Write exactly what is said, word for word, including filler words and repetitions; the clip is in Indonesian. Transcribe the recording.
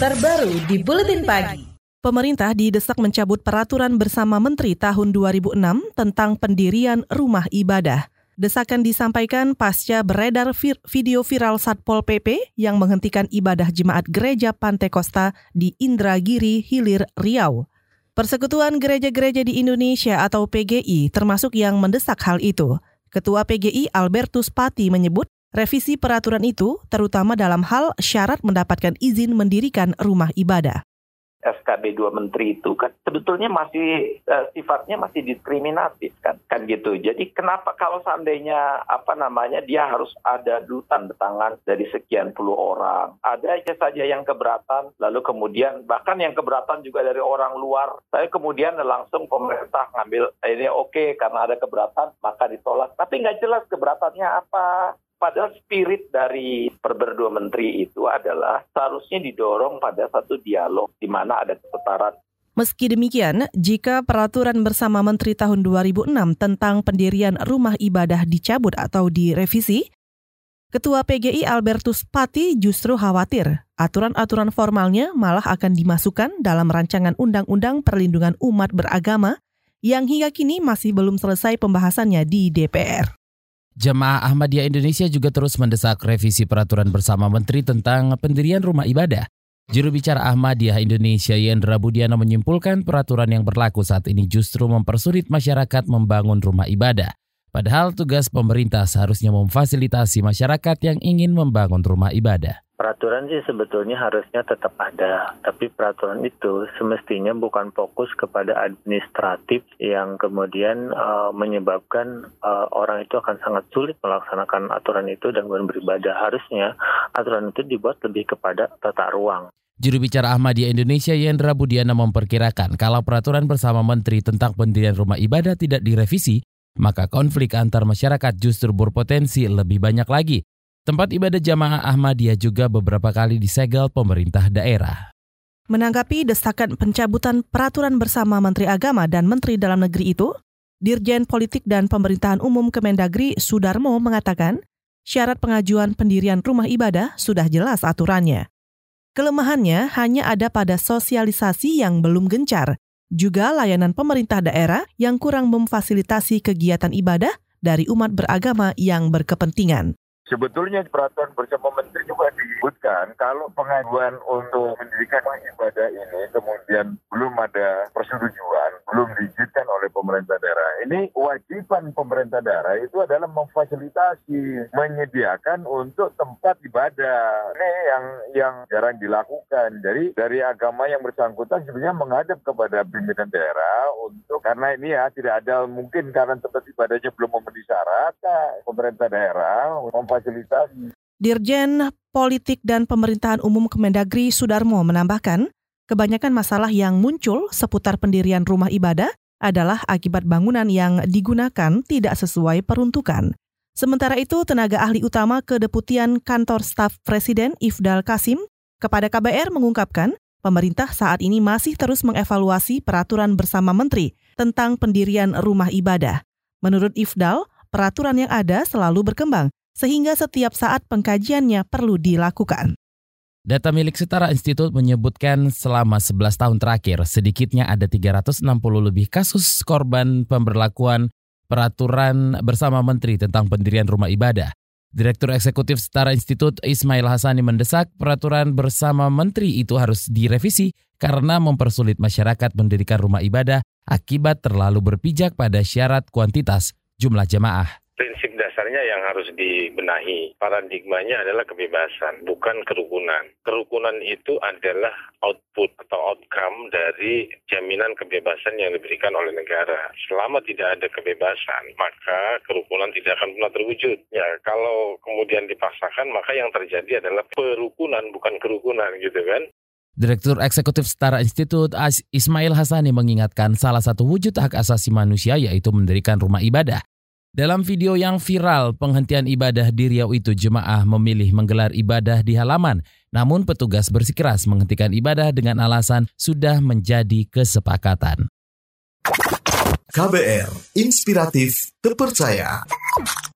terbaru di Buletin Pagi. Pemerintah didesak mencabut peraturan bersama Menteri tahun dua ribu enam tentang pendirian rumah ibadah. Desakan disampaikan pasca beredar vir- video viral Satpol P P yang menghentikan ibadah jemaat Gereja Pantekosta di Indragiri Hilir, Riau. Persekutuan Gereja-Gereja di Indonesia atau P G I termasuk yang mendesak hal itu. Ketua P G I Albertus Pati menyebut revisi peraturan itu terutama dalam hal syarat mendapatkan izin mendirikan rumah ibadah. S K B dua menteri itu kan sebetulnya masih uh, sifatnya masih diskriminatif kan kan gitu. Jadi kenapa kalau seandainya apa namanya dia harus ada dulu tanda tangan dari sekian puluh orang. Ada aja saja yang keberatan, lalu kemudian bahkan yang keberatan juga dari orang luar. Saya kemudian langsung pemerintah ngambil ini oke okay, karena ada keberatan maka ditolak. Tapi nggak jelas keberatannya apa. Padahal spirit dari perberdua menteri itu adalah seharusnya didorong pada satu dialog di mana ada kesetaraan. Meski demikian, jika peraturan bersama Menteri tahun dua ribu enam tentang pendirian rumah ibadah dicabut atau direvisi, Ketua P G I Albertus Pati justru khawatir aturan-aturan formalnya malah akan dimasukkan dalam rancangan Undang-Undang Perlindungan Umat Beragama yang hingga kini masih belum selesai pembahasannya di D P R. Jemaah Ahmadiyah Indonesia juga terus mendesak revisi peraturan bersama Menteri tentang pendirian rumah ibadah. Juru bicara Ahmadiyah Indonesia Yendra Budiana menyimpulkan peraturan yang berlaku saat ini justru mempersulit masyarakat membangun rumah ibadah. Padahal tugas pemerintah seharusnya memfasilitasi masyarakat yang ingin membangun rumah ibadah. Peraturan sih sebetulnya harusnya tetap ada, tapi peraturan itu semestinya bukan fokus kepada administratif yang kemudian uh, menyebabkan uh, orang itu akan sangat sulit melaksanakan aturan itu dan beribadah. Harusnya aturan itu dibuat lebih kepada tata ruang. Juru bicara Ahmadiyah Indonesia Yendra Budiana memperkirakan kalau peraturan bersama Menteri tentang pendirian rumah ibadah tidak direvisi, maka konflik antar masyarakat justru berpotensi lebih banyak lagi. Tempat ibadah jamaah Ahmadiyah juga beberapa kali disegel pemerintah daerah. Menanggapi desakan pencabutan peraturan bersama Menteri Agama dan Menteri Dalam Negeri itu, Dirjen Politik dan Pemerintahan Umum Kemendagri Sudarmo mengatakan syarat pengajuan pendirian rumah ibadah sudah jelas aturannya. Kelemahannya hanya ada pada sosialisasi yang belum gencar, juga layanan pemerintah daerah yang kurang memfasilitasi kegiatan ibadah dari umat beragama yang berkepentingan. Sebetulnya peraturan bersama menteri juga disebutkan kalau pengajuan untuk mendirikan ibadah ini kemudian belum ada persetujuan, belum diizinkan oleh pemerintah daerah. Ini kewajiban pemerintah daerah itu adalah memfasilitasi, menyediakan untuk tempat ibadah. Ini yang yang jarang dilakukan. Jadi dari agama yang bersangkutan sebenarnya menghadap kepada pimpinan daerah untuk karena ini ya tidak ada mungkin karena tempat ibadahnya belum memenuhi syarat, nah, pemerintah daerah memfasilitasi. Dirjen Politik dan Pemerintahan Umum Kemendagri Sudarmo menambahkan, kebanyakan masalah yang muncul seputar pendirian rumah ibadah adalah akibat bangunan yang digunakan tidak sesuai peruntukan. Sementara itu, tenaga ahli utama Kedeputian Kantor Staf Presiden Ifdal Kasim kepada K B R mengungkapkan, pemerintah saat ini masih terus mengevaluasi peraturan bersama Menteri tentang pendirian rumah ibadah. Menurut Ifdal, peraturan yang ada selalu berkembang, sehingga setiap saat pengkajiannya perlu dilakukan. Data milik Setara Institut menyebutkan selama sebelas tahun terakhir, sedikitnya ada tiga ratus enam puluh lebih kasus korban pemberlakuan peraturan bersama Menteri tentang pendirian rumah ibadah. Direktur Eksekutif Setara Institut Ismail Hassani mendesak peraturan bersama Menteri itu harus direvisi karena mempersulit masyarakat mendirikan rumah ibadah akibat terlalu berpijak pada syarat kuantitas jumlah jemaah. Prinsip dasarnya yang harus dibenahi. Paradigmanya adalah kebebasan, bukan kerukunan. Kerukunan itu adalah output atau outcome dari jaminan kebebasan yang diberikan oleh negara. Selama tidak ada kebebasan, maka kerukunan tidak akan pernah terwujud. Ya, kalau kemudian dipaksakan, maka yang terjadi adalah perukunan, bukan kerukunan, gitu kan. Direktur Eksekutif Setara Institut Ismail Hassani mengingatkan salah satu wujud hak asasi manusia yaitu mendirikan rumah ibadah. Dalam video yang viral penghentian ibadah di Riau itu, jemaah memilih menggelar ibadah di halaman. Namun petugas bersikeras menghentikan ibadah dengan alasan sudah menjadi kesepakatan. K B R, inspiratif, terpercaya.